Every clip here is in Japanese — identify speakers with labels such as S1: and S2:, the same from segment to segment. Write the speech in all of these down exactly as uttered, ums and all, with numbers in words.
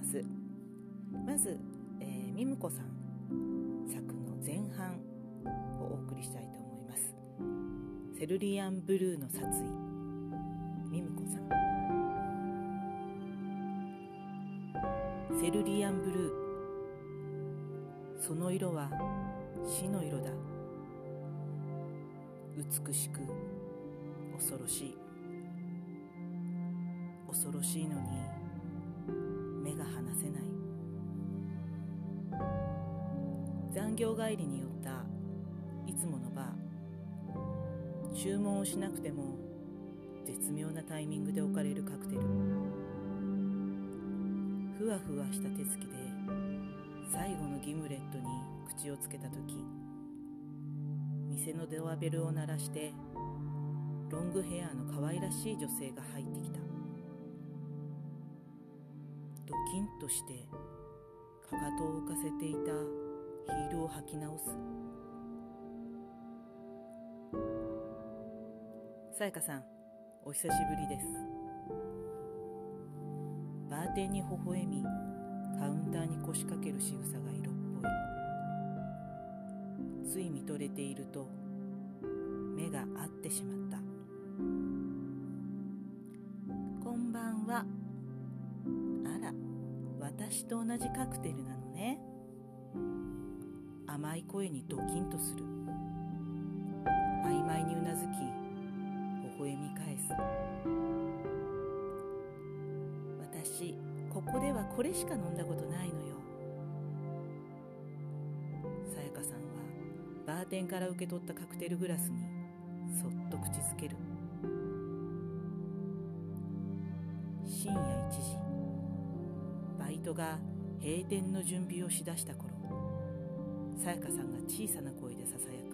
S1: 。まず、えー、ミムコさん作の前半をお送りしたいと思います。セルリアンブルーの殺意、ミムコさん。セルリアンブルー、その色は死の色だ。美しく恐ろしい、恐ろしいのに目が離せない。残業帰りに寄ったいつものバー、注文をしなくても絶妙なタイミングで置かれるカクテル。ふわふわした手つきで最後のギムレットに口をつけたとき、店のドアベルを鳴らしてロングヘアの可愛らしい女性が入ってきた。ドキンとしてかかとを浮かせていたヒールを履き直す。さやかさん、お久しぶりです。バーテンに微笑み、カウンターに腰掛ける仕草が色っぽい。つい見とれていると目が合ってしまった。こんばんは。あら、私と同じカクテルなのね。甘い声にドキンとする。曖昧にうなずき、微笑み返す。私、ここではこれしか飲んだことないのよ。さやかさんはバーテンから受け取ったカクテルグラスにそっと口づける。深夜いちじ、バイトが閉店の準備をしだした頃、さやかさんが小さな声でささやく。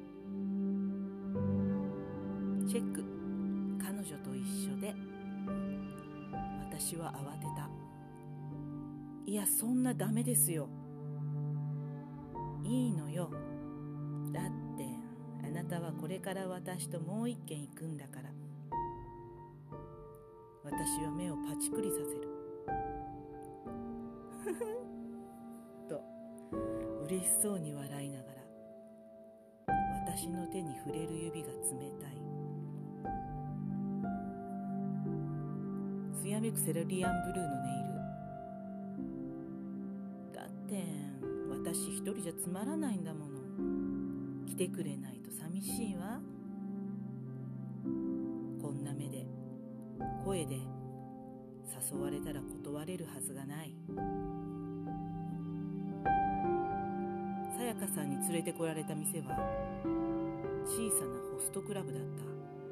S1: チェック、彼女と一緒で。私は慌てた。いや、そんなダメですよ。いいのよ。だってあなたはこれから私ともう一軒行くんだから。私は目をパチクリさせる。ふふと嬉しそうに笑いながら、私の手に触れる指が冷たい。艶めくセルリアンブルーのネイル。だって私一人じゃつまらないんだもの。来てくれないと寂しいわ。こんな目で声で誘われたら断れるはずがない。さやかさんに連れてこられた店は小さなホストクラブだった。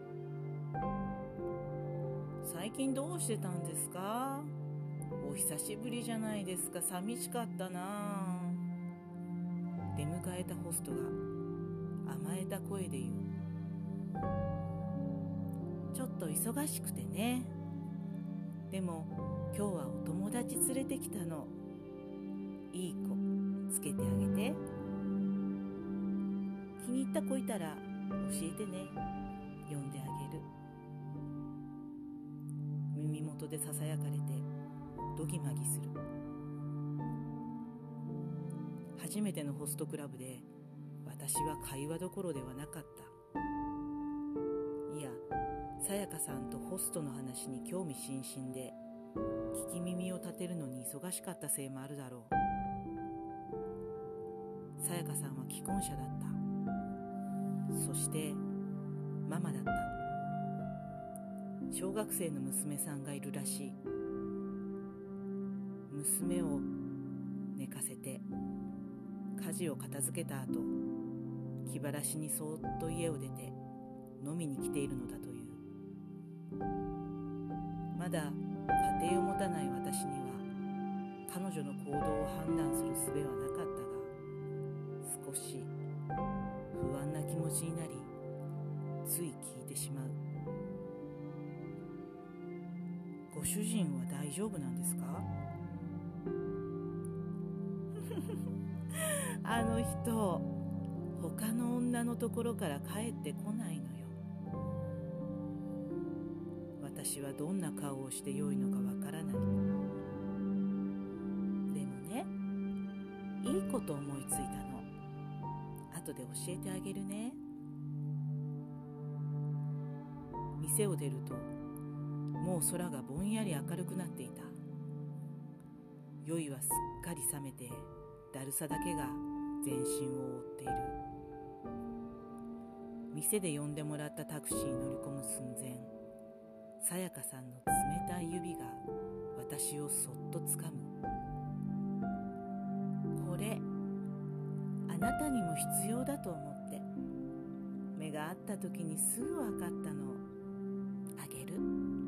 S1: 最近どうしてたんですか？お久しぶりじゃないですか。寂しかったな。出迎えたホストが甘えた声で言う。ちょっと忙しくてね。でも今日はお友達連れてきたの。いい子つけてあげて。気に入った子いたら教えてね。呼んであげる。耳元でささやかれてドギマギする。初めてのホストクラブで私は会話どころではなかった。いや、さやかさんとホストの話に興味津々で聞き耳を立てるのに忙しかったせいもあるだろう。さやかさんは既婚者だった。そしてママだった。小学生の娘さんがいるらしい。娘を寝かせて家事を片付けた後、気晴らしにそーっと家を出て飲みに来ているのだという。まだ家庭を持たない私には彼女の行動を判断する術はなかったが、少し不安な気持ちになり、つい聞いてしまう。ご主人は大丈夫なんですか？あの人、他の女のところから帰ってこないのよ。私はどんな顔をしてよいのかわからない。 こと思いついたの。後で教えてあげるね。店を出るともう空がぼんやり明るくなっていた。酔いはすっかり冷めて、だるさだけが全身を覆っている。店で呼んでもらったタクシーに乗り込む寸前、さやかさんの冷たい指が私をそっとつかむ。これ、あなたにも必要だと思って。目が合った時にすぐ分かったの。あげる。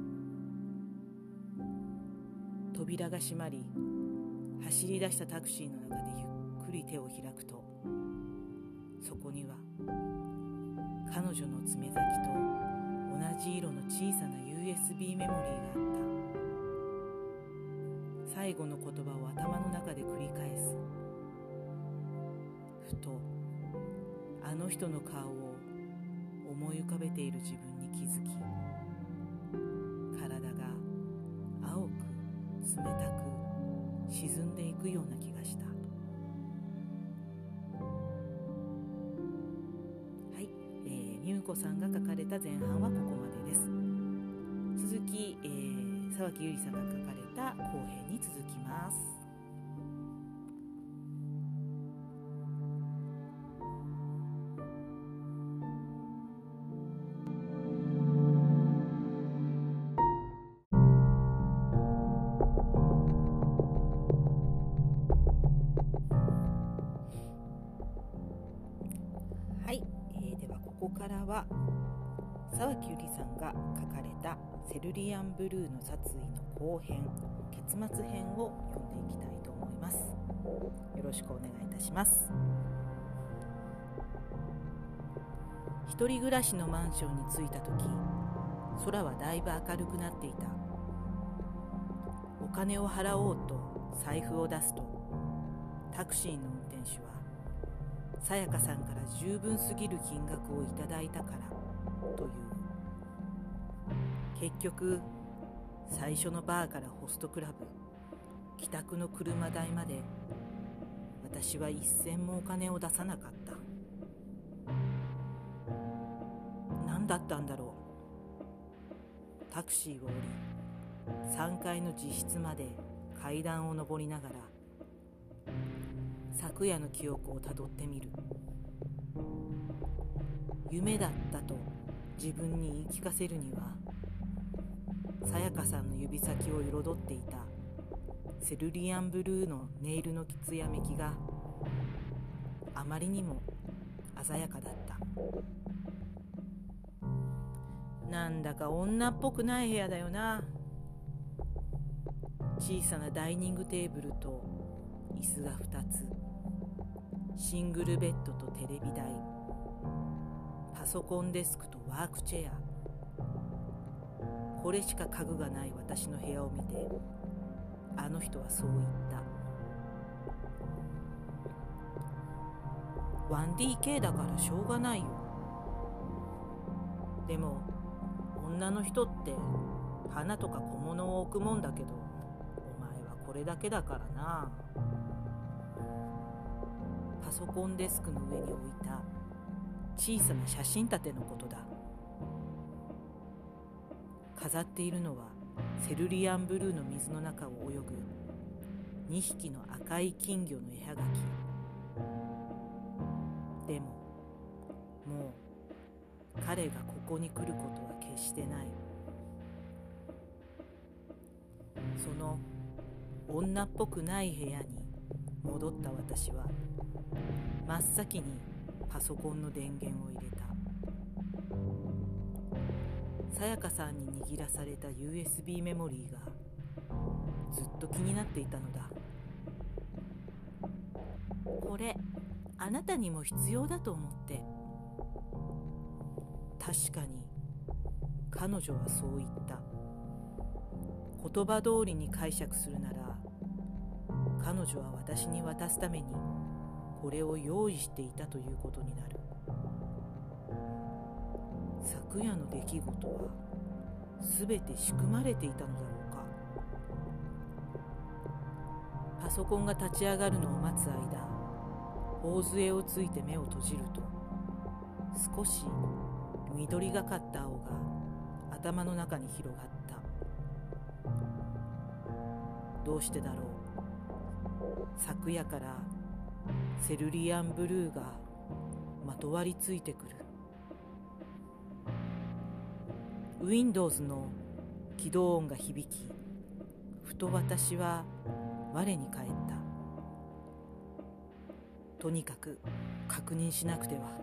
S1: 扉が閉まり、走り出したタクシーの中でゆっくり手を開くと、そこには彼女の爪先と同じ色の小さな ユーエスビー メモリーがあった。最後の言葉を頭の中で繰り返す。ふとあの人の顔を思い浮かべている自分に気づき、体が青く冷たく沈んでいくような気がした。はい、えー、みゆこさんが書かれた前半はここまでです。続き、えー、沢木ゆりさんが書かれた後編に続きます。はい、えー、ではここからは沢木ゆりさんが書かれたセルリアンブルーの殺意の後編、結末編を読んでいきたいと思います。よろしくお願いいたします。一人暮らしのマンションに着いた時、空はだいぶ明るくなっていた。お金を払おうと財布を出すと、タクシーの運転手はさやかさんから十分すぎる金額をいただいたからという。結局最初のバーからホストクラブ、帰宅の車代まで私は一銭もお金を出さなかった。何だったんだろう。タクシーを降りさんがいの自室まで階段を上りながら昨夜の記憶をたどってみる。夢だったと自分に言い聞かせるには、さやかさんの指先を彩っていたセルリアンブルーのネイルのつやめきがあまりにも鮮やかだった。なんだか女っぽくない部屋だよな。小さなダイニングテーブルと椅子がふたつ、シングルベッドとテレビ台、パソコンデスクとワークチェア。これしか家具がない私の部屋を見て、あの人はそう言った。 ワンディーケー だからしょうがないよ。でも女の人って花とか小物を置くもんだけど、お前はこれだけだからな。パソコンデスクの上に置いた小さな写真立てのことだ。飾っているのはセルリアンブルーの水の中を泳ぐにひきの赤い金魚の絵はがき。でももう彼がここに来ることは決してない。その女っぽくない部屋に戻った私は真っ先にパソコンの電源を入れた。さやかさんに握らされた ユーエスビー メモリーがずっと気になっていたのだ。これあなたにも必要だと思って。確かに彼女はそう言った。言葉通りに解釈するなら、彼女は私に渡すためにこれを用意していたということになる。昨夜の出来事はすべて仕組まれていたのだろうか。パソコンが立ち上がるのを待つ間、 頬杖をついて目を閉じると、少し緑がかった青が頭の中に広がった。どうしてだろう。昨夜からセルリアンブルーがまとわりついてくる。Windows の起動音が響き、ふと私は我に返った。とにかく確認しなくては。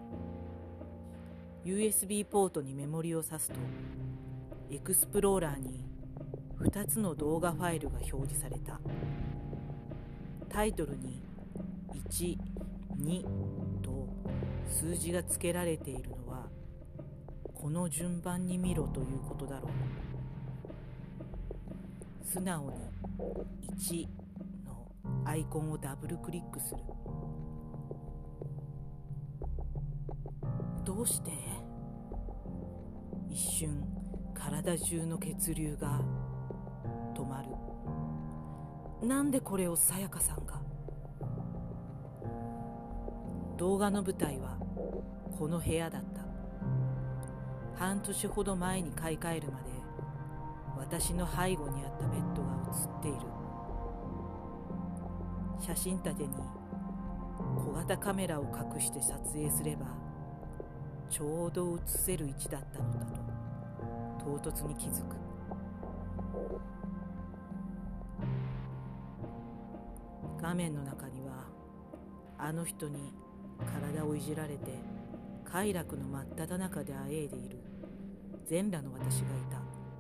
S1: ユーエスビー ポートにメモリを挿すと、エクスプローラーにふたつの動画ファイルが表示された。タイトルにいち、にと数字が付けられているのは、この順番に見ろということだろう。素直にいちのアイコンをダブルクリックする。どうして？一瞬体中の血流が止まる。なんでこれをさやかさんが？動画の舞台はこの部屋だった。半年ほど前に買い替えるまで私の背後にあったベッドが映っている。写真立てに小型カメラを隠して撮影すればちょうど映せる位置だったのだと唐突に気づく。画面の中にはあの人に体をいじられて快楽の真っ只中であえいでいる全裸の私がいた。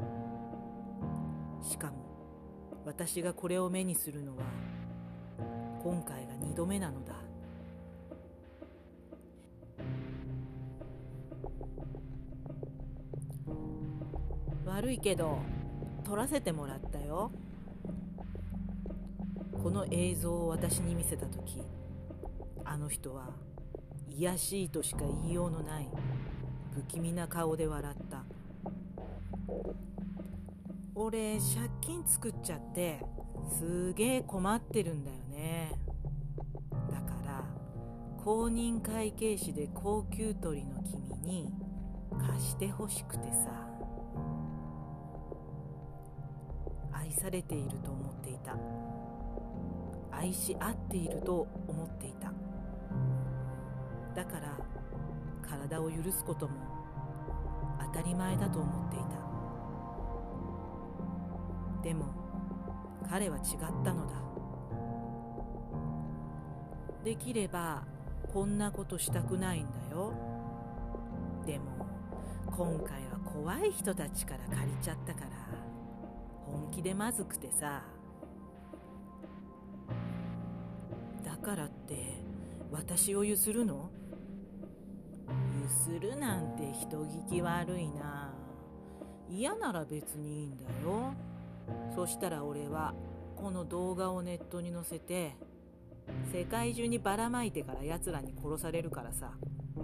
S1: しかも私がこれを目にするのは今回が二度目なのだ。悪いけど撮らせてもらったよ。この映像を私に見せたとき、あの人は卑しいとしか言いようのない不気味な顔で笑った。俺借金作っちゃってすげえ困ってるんだよね。だから公認会計士で高級取りの君に貸してほしくてさ。愛されていると思っていた。愛し合っていると思っていた。だから体を許すことも当たり前だと思っていた。でも彼は違ったのだ。できればこんなことしたくないんだよ。でも今回は怖い人たちから借りちゃったから本気でまずくてさ。だからって私をゆするの？ゆするなんて人聞き悪いな。嫌なら別にいいんだよ。そしたら俺はこの動画をネットに載せて世界中にばらまいてから奴らに殺されるからさ。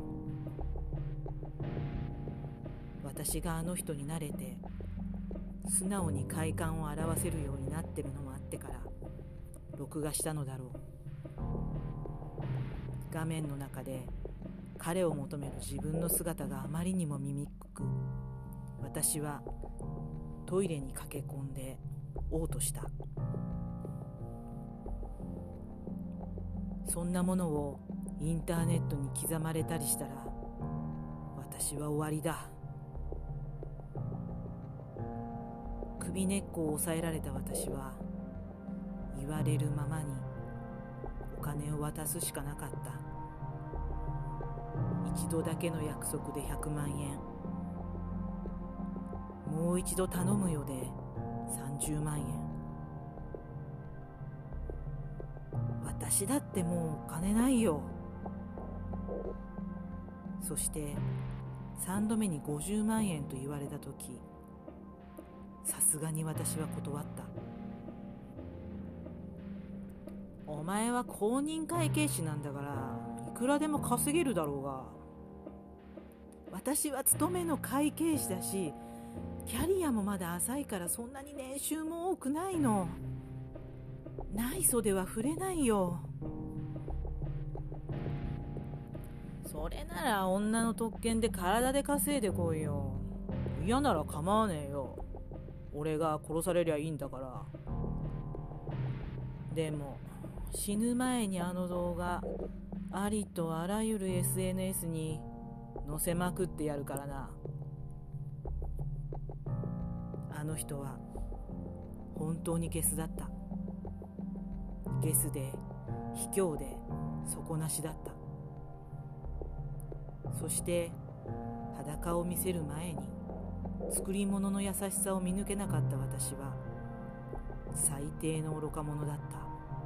S1: 私があの人に慣れて素直に快感を表せるようになってるのもあってから録画したのだろう。画面の中で彼を求める自分の姿があまりにも醜く、私はトイレに駆け込んで嘔吐した。そんなものをインターネットに刻まれたりしたら私は終わりだ。首根っこを押さえられた私は言われるままにお金を渡すしかなかった。一度だけの約束でひゃくまんえん、もう一度頼むよでさんじゅうまんえん。私だってもうお金ないよ。そしてさんどめにごじゅうまんえんと言われたとき、さすがに私は断った。お前は公認会計士なんだからいくらでも稼げるだろうが。私は勤めの会計士だし、キャリアもまだ浅いからそんなに年収も多くないの。内緒では触れないよ。 それなら女の特権で体で稼いでこいよ。嫌なら構わねえよ。俺が殺されりゃいいんだから。でも死ぬ前にあの動画ありとあらゆる エスエヌエス に載せまくってやるからな。あの人は本当にゲスだった。ゲスで卑怯で底なしだった。そして裸を見せる前に作り物の優しさを見抜けなかった私は最低の愚か者だった。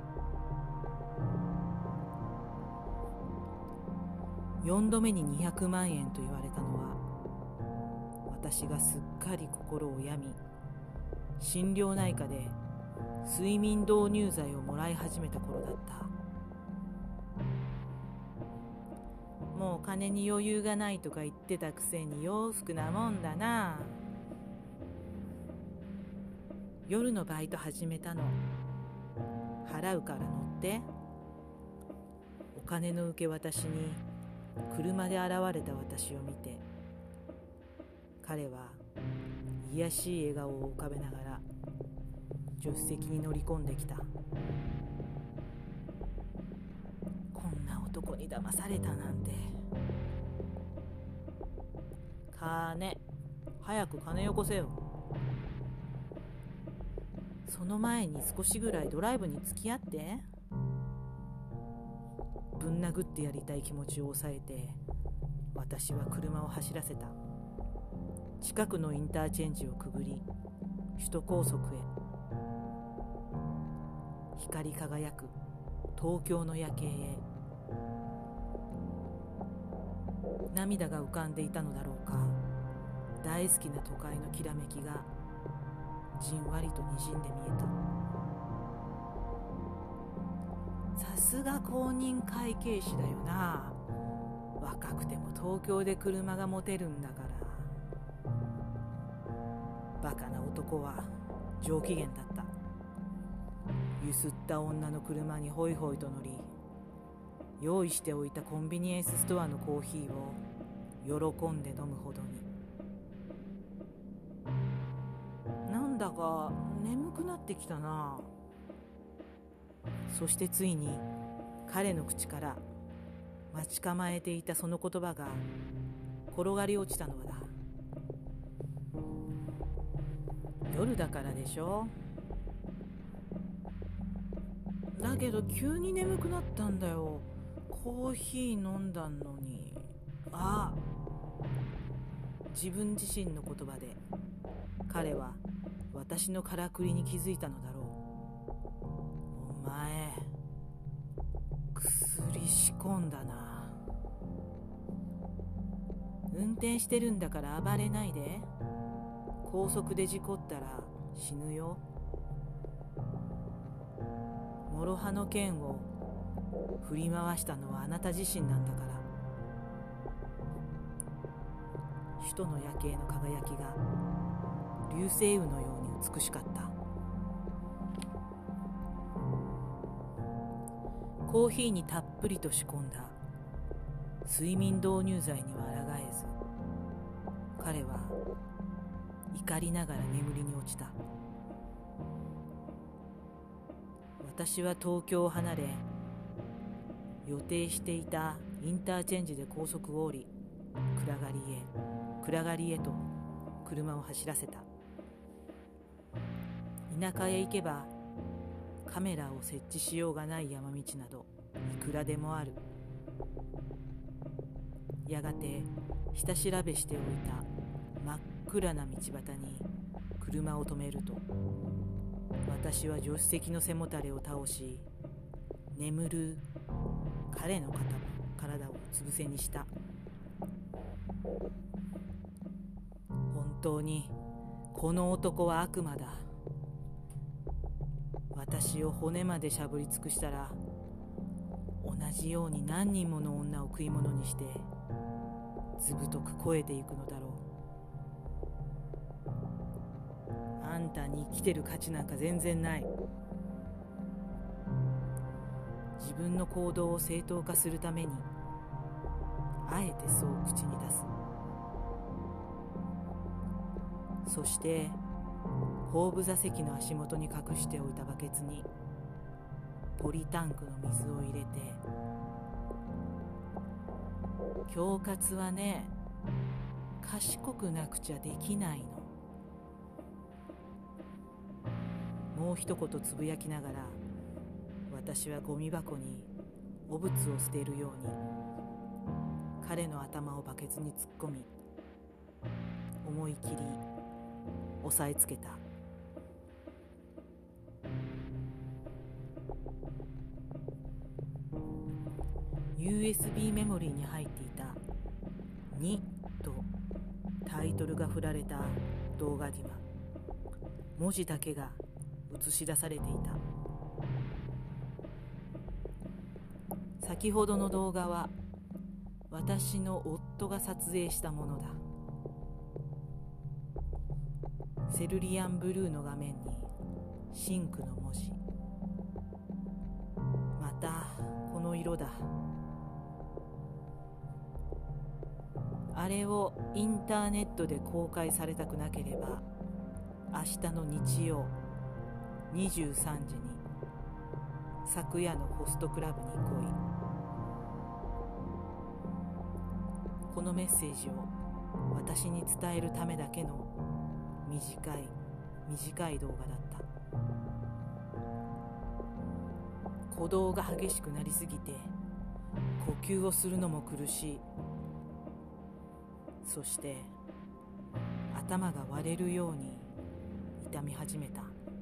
S1: よんどめににひゃくまんえんと言われたのは、私がすっかり心を病み、心療内科で睡眠導入剤をもらい始めた頃だった。もう金に余裕がないとか言ってたくせに洋服なもんだな。夜のバイト始めたの。払うから乗って。お金の受け渡しに車で現れた私を見て、彼は卑しい笑顔を浮かべながら助手席に乗り込んできた。こんな男に騙されたなんて。金、早く金よこせよ。その前に少しぐらいドライブに付き合って。ぶん殴ってやりたい気持ちを抑えて私は車を走らせた。近くのインターチェンジをくぐり首都高速へ。光り輝く東京の夜景へ。涙が浮かんでいたのだろうか。大好きな都会のきらめきがじんわりとにじんで見えた。さすが公認会計士だよな。若くても東京で車が持てるんだから。バカな男は上機嫌だった。ゆすった女の車にホイホイと乗り、用意しておいたコンビニエンスストアのコーヒーを喜んで飲むほどに。なんだか眠くなってきたな。そしてついに彼の口から待ち構えていたその言葉が転がり落ちたのだ。夜だからでしょ。だけど急に眠くなったんだよ。コーヒー飲んだのに。ああ、自分自身の言葉で彼は私のからくりに気づいたのだろう。お前、薬仕込んだな。運転してるんだから暴れないで。高速で事故ったら死ぬよ。諸刃の剣を振り回したのはあなた自身なんだから。首都の夜景の輝きが流星雨のように美しかった。コーヒーにたっぷりと仕込んだ睡眠導入剤には抗えず、彼は怒りながら眠りに落ちた。私は東京を離れ、予定していたインターチェンジで高速を降り、暗がりへ暗がりへと車を走らせた。田舎へ行けばカメラを設置しようがない山道などいくらでもある。やがて下調べしておいた真っ暗な道端に車を止めると、私は助手席の背もたれを倒し、眠る彼の体をうつ伏せにした。本当にこの男は悪魔だ。私を骨までしゃぶり尽くしたら、同じように何人もの女を食い物にしてずぶとく肥えていくのだろう。あんたに生きてる価値なんか全然ない。自分の行動を正当化するためにあえてそう口に出す。そして後部座席の足元に隠しておいたバケツにポリタンクの水を入れて、恐喝はね、賢くなくちゃできないの。もう一言つぶやきながら、私はゴミ箱に汚物を捨てるように彼の頭をバケツに突っ込み、思い切り押さえつけた。ユーエスビー メモリーに入っていたにとタイトルが振られた動画には文字だけが映し出されていた。先ほどの動画は私の夫が撮影したものだ。セルリアンブルーの画面にシンクの文字。またこの色だ。あれをインターネットで公開されたくなければ、明日の日曜にじゅうさんじに昨夜のホストクラブに来い。このメッセージを私に伝えるためだけの短い短い動画だった。鼓動が激しくなりすぎて呼吸をするのも苦しい。そして頭が割れるように痛み始めた。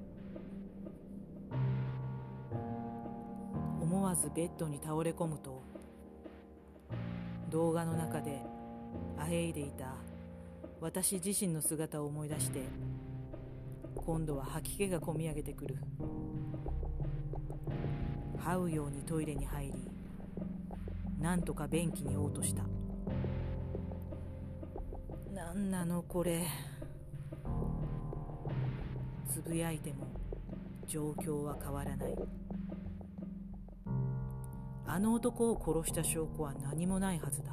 S1: 思わずベッドに倒れ込むと、動画の中であえいでいた私自身の姿を思い出して、今度は吐き気がこみ上げてくる。這うようにトイレに入り、なんとか便器に嘔吐した。なんなのこれ。つぶやいても状況は変わらない。あの男を殺した証拠は何もないはずだ。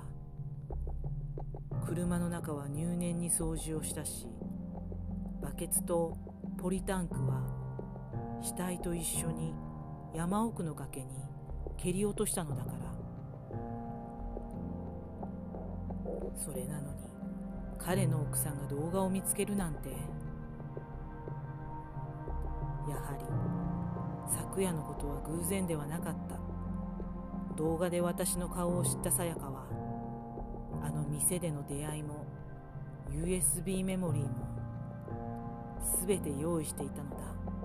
S1: 車の中は入念に掃除をしたし、バケツとポリタンクは死体と一緒に山奥の崖に蹴り落としたのだから。それなのに彼の奥さんが動画を見つけるなんて。やはり昨夜のことは偶然ではなかった。動画で私の顔を知ったさやかは、あの店での出会いも ユーエスビー メモリーもすべて用意していたのだ。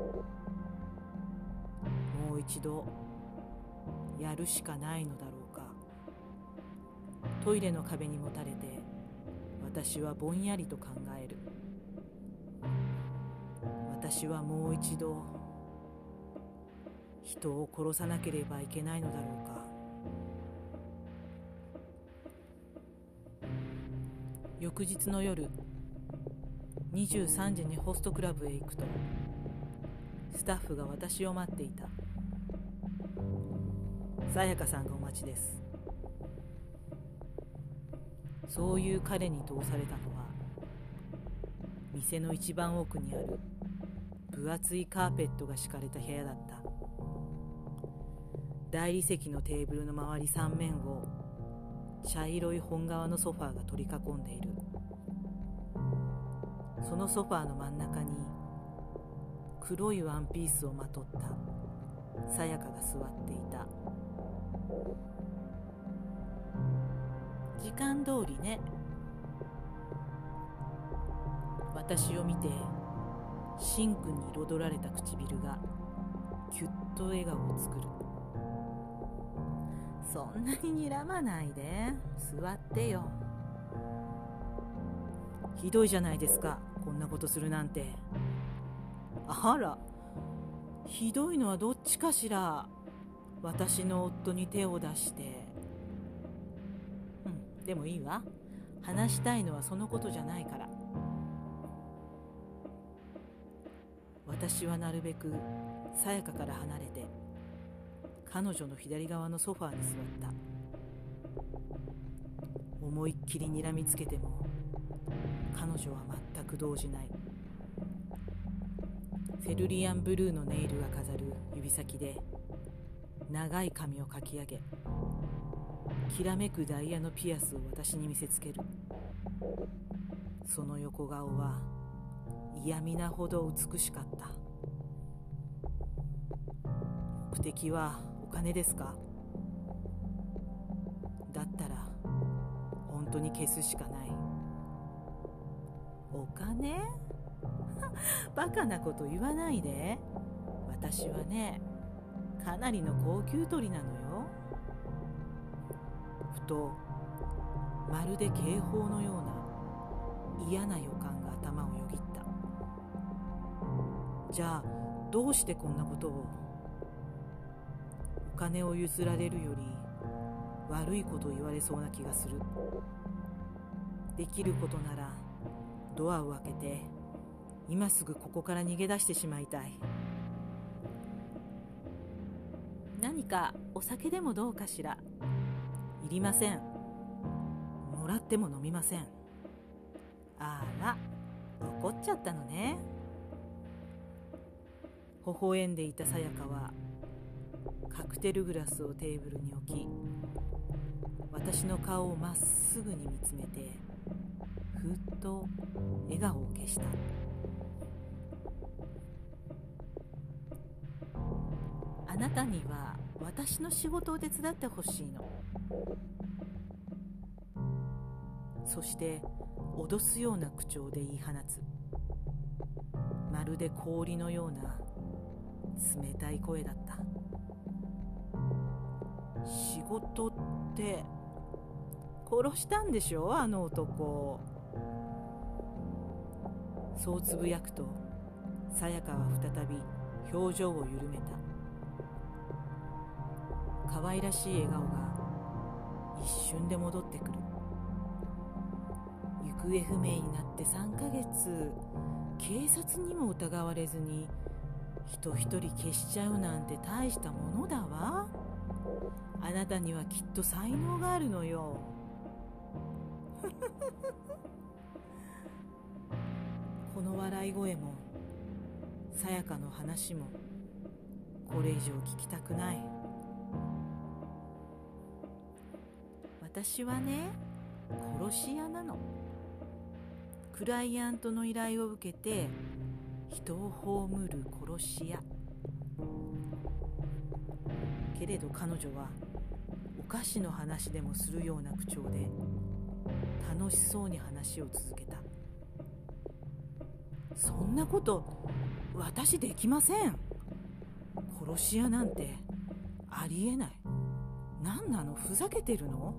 S1: もう一度やるしかないのだろうか。トイレの壁にもたれて私はぼんやりと考える。私はもう一度人を殺さなければいけないのだろうか。翌日の夜にじゅうさんじにホストクラブへ行くと、スタッフが私を待っていた。さやかさんがお待ちです。そういう彼に通されたのは、店の一番奥にある分厚いカーペットが敷かれた部屋だった。大理石のテーブルの周り三面を茶色い本革のソファーが取り囲んでいる。そのソファーの真ん中に黒いワンピースをまとったさやかが座っていた。時間通りね。私を見てシンクに彩られた唇がキュッと笑顔を作る。そんなに睨まないで、座ってよ。ひどいじゃないですか、こんなことするなんて。あら、ひどいのはどっちかしら。私の夫に手を出して。うん、でもいいわ。話したいのはそのことじゃないから。私はなるべくさやかから離れて彼女の左側のソファーに座った。 思いっきり睨みつけても彼女は全く動じない。セルリアンブルーのネイルが飾る指先で長い髪をかき上げ、きらめくダイヤのピアスを私に見せつける。その横顔は嫌味なほど美しかった。目的はお金ですか？だったら本当に消すしかない。お金？バカなこと言わないで。私はね、かなりの高級鳥なのよ。ふとまるで警報のような嫌な予感が頭をよぎった。じゃあどうしてこんなことを？お金を譲られるより悪いことを言われそうな気がする。できることならドアを開けて今すぐここから逃げ出してしまいたい。何かお酒でもどうかしら？いりません。もらっても飲みません。あら、怒っちゃったのね。微笑んでいたさやかはカクテルグラスをテーブルに置き、私の顔をまっすぐに見つめてふっと笑顔を消した。あなたには私の仕事を手伝ってほしいの。そして脅すような口調で言い放つ。まるで氷のような冷たい声だった。仕事って殺したんでしょ、あの男。そうつぶやくとさやかは再び表情を緩めた。可愛らしい笑顔が一瞬で戻ってくる。行方不明になってさんかげつ、警察にも疑われずに人一人消しちゃうなんて大したものだわ。あなたにはきっと才能があるのよ。この笑い声もさやかの話もこれ以上聞きたくない。私はね、殺し屋なの。クライアントの依頼を受けて人を葬る殺し屋。けれど彼女はお菓子の話でもするような口調で楽しそうに話を続けた。そんなこと私できません。殺し屋なんてありえない。何なの、ふざけてるの？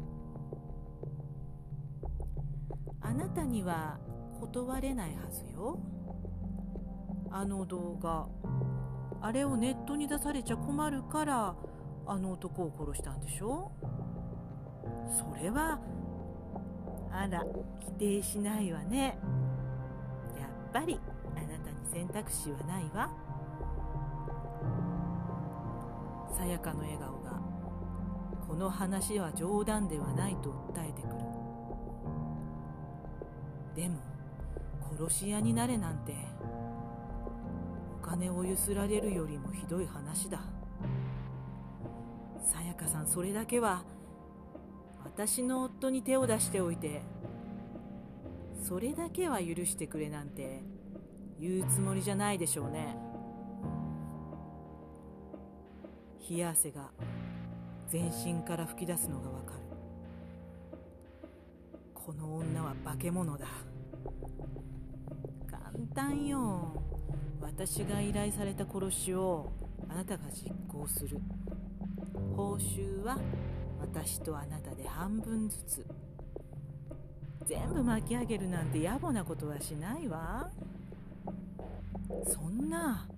S1: あなたには断れないはずよ。あの動画、あれをネットに出されちゃ困るからあの男を殺したんでしょ？それは、あら、否定しないわね。やっぱりあなたに選択肢はないわ。さやかの笑顔がこの話は冗談ではないと訴えてくる。でも殺し屋になれなんてお金をゆすられるよりもひどい話だ。さやかさん、それだけは私の夫に手を出しておいて、それだけは許してくれなんて言うつもりじゃないでしょうね。冷や汗が全身から吹き出すのがわかる。この女は化け物だ。簡単よ。私が依頼された殺しをあなたが実行する。報酬は私とあなたで半分ずつ。全部巻き上げるなんて野暮なことはしないわ。そんな、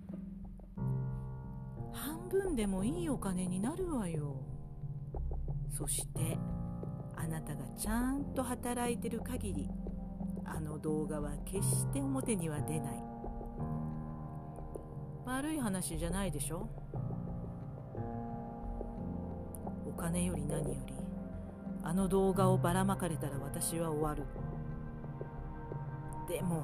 S1: 半分でもいいお金になるわよ。そしてあなたがちゃんと働いてる限り、あの動画は決して表には出ない。悪い話じゃないでしょ。お金より何よりあの動画をばらまかれたら私は終わる。でも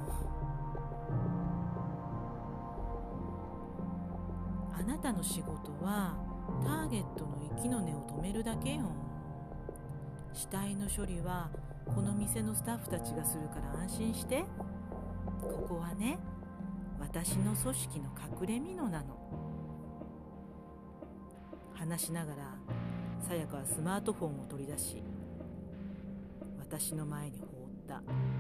S1: あなたの仕事はターゲットの息の根を止めるだけよ。死体の処理はこの店のスタッフたちがするから安心して。ここはね、私の組織の隠れ蓑なの。話しながらさやかはスマートフォンを取り出し、私の前に放った。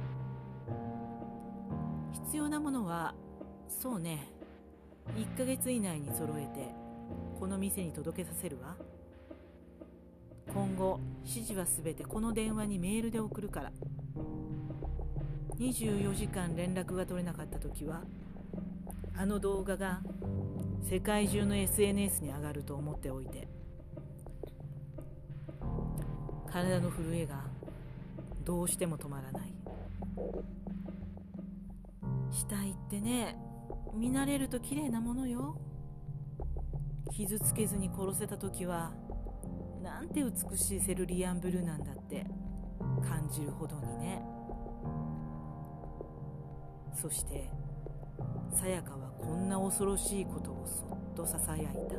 S1: 必要なものはそうね、いっかげつ以内に揃えてこの店に届けさせるわ。今後指示はすべてこの電話にメールで送るから。にじゅうよじかん連絡が取れなかった時はあの動画が世界中の エスエヌエス に上がると思っておいて。体の震えがどうしても止まらない。死体ってね、見慣れると綺麗なものよ。傷つけずに殺せた時はなんて美しいセルリアンブルーなんだって感じるほどにね。そしてさやかはこんな恐ろしいことをそっとささやいた。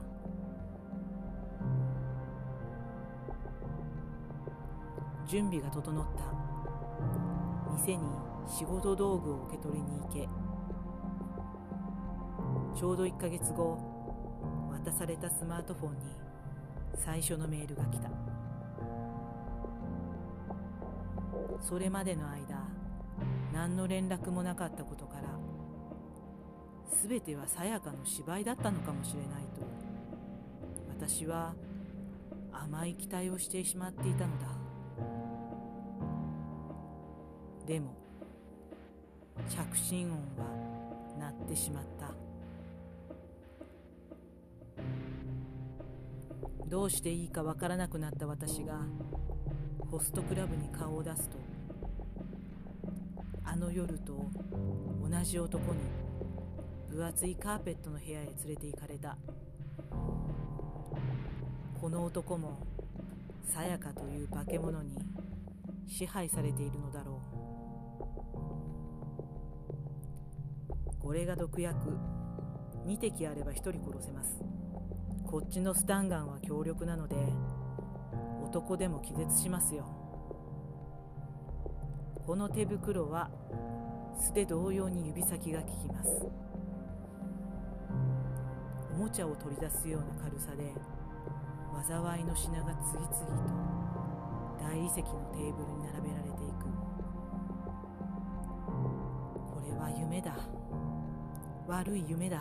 S1: 準備が整った。店に仕事道具を受け取りに行け。ちょうどいっかげつご、渡されたスマートフォンに最初のメールが来た。それまでの間何の連絡もなかったことから、すべてはさやかの芝居だったのかもしれないと私は甘い期待をしてしまっていたのだ。でも着信音は鳴ってしまった。どうしていいかわからなくなった私がホストクラブに顔を出すと、あの夜と同じ男に分厚いカーペットの部屋へ連れて行かれた。この男もさやかという化け物に支配されているのだろう。これが毒薬。にてきあればひとり殺せます。こっちのスタンガンは強力なので男でも気絶しますよ。この手袋は素手同様に指先が効きます。おもちゃを取り出すような軽さで災いの品が次々と大理石のテーブルに並べられていく。これは夢だ。悪い夢だ。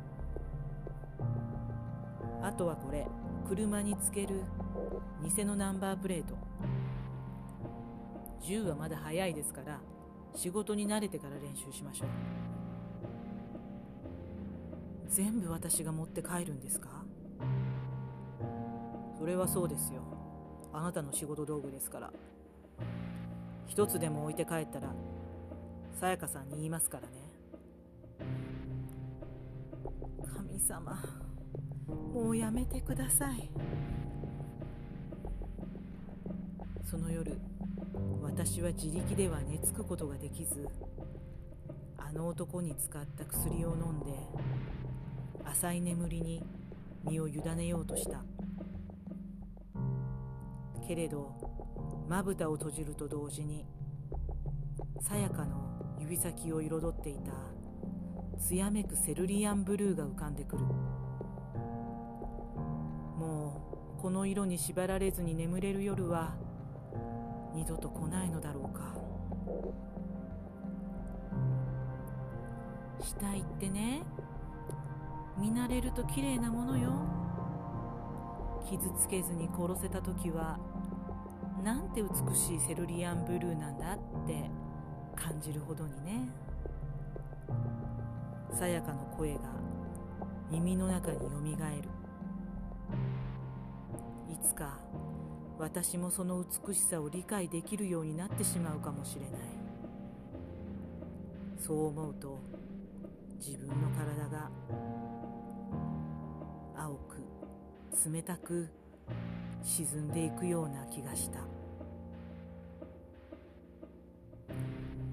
S1: あとはこれ、車につける偽のナンバープレート。銃はまだ早いですから仕事に慣れてから練習しましょう。全部私が持って帰るんですか？それはそうですよ。あなたの仕事道具ですから。一つでも置いて帰ったらさやかさんに言いますからね。神様、もうやめてください。その夜、私は自力では寝つくことができず、あの男に使った薬を飲んで浅い眠りに身を委ねようとした。けれどまぶたを閉じると同時にさやかの指先を彩っていた艶めくセルリアンブルーが浮かんでくる。もうこの色に縛られずに眠れる夜は二度と来ないのだろうか。死体ってね、見慣れると綺麗なものよ。傷つけずに殺せた時はなんて美しいセルリアンブルーなんだって感じるほどにね。さやかの声が耳の中によみがえる。いつか私もその美しさを理解できるようになってしまうかもしれない。そう思うと自分の体が青く冷たく沈んでいくような気がした。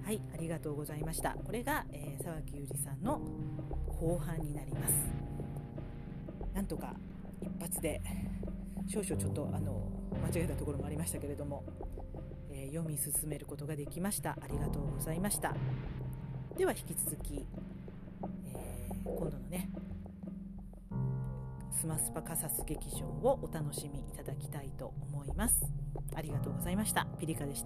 S1: はい、ありがとうございました。これが、えー、沢木裕二さんの後半になります。なんとか一発で少々ちょっとあの間違えたところもありましたけれども、えー、読み進めることができました。ありがとうございました。では引き続き、えー、今度のねスマスパカサス劇場をお楽しみいただきたいと思います。ありがとうございました。ピリカでした。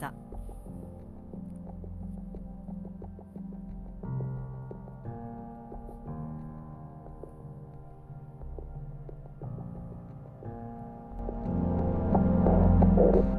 S2: you